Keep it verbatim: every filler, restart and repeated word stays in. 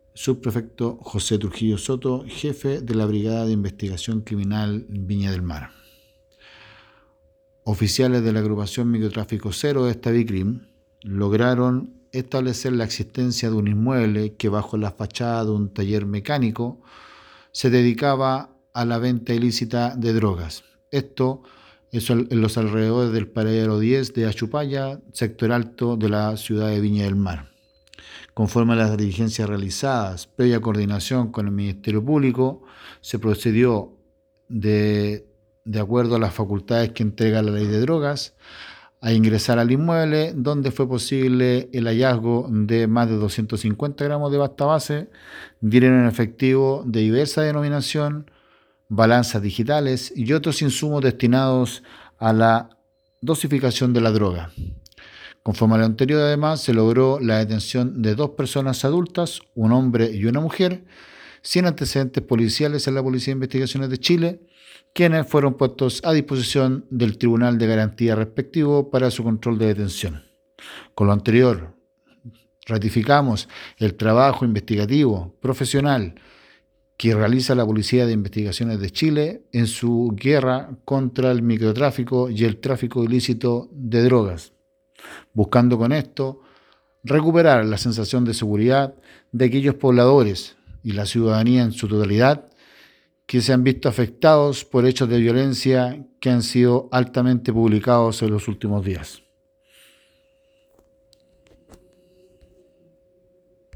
Subprefecto José Trujillo Soto, jefe de la Brigada de Investigación Criminal Viña del Mar. Oficiales de la agrupación Microtráfico Cero de esta BICRIM lograron establecer la existencia de un inmueble que bajo la fachada de un taller mecánico se dedicaba a la venta ilícita de drogas. Esto es en los alrededores del paradero diez de Achupaya, sector alto de la ciudad de Viña del Mar. Conforme a las diligencias realizadas, previa coordinación con el Ministerio Público, se procedió de, de acuerdo a las facultades que entrega la ley de drogas, a ingresar al inmueble, donde fue posible el hallazgo de más de doscientos cincuenta gramos de pasta base, dinero en efectivo de diversa denominación, balanzas digitales y otros insumos destinados a la dosificación de la droga. Conforme a lo anterior, además, se logró la detención de dos personas adultas, un hombre y una mujer, sin antecedentes policiales en la Policía de Investigaciones de Chile, quienes fueron puestos a disposición del Tribunal de Garantía respectivo para su control de detención. Con lo anterior, ratificamos el trabajo investigativo profesional que realiza la Policía de Investigaciones de Chile en su guerra contra el microtráfico y el tráfico ilícito de drogas, buscando con esto recuperar la sensación de seguridad de aquellos pobladores y la ciudadanía en su totalidad que se han visto afectados por hechos de violencia que han sido altamente publicados en los últimos días.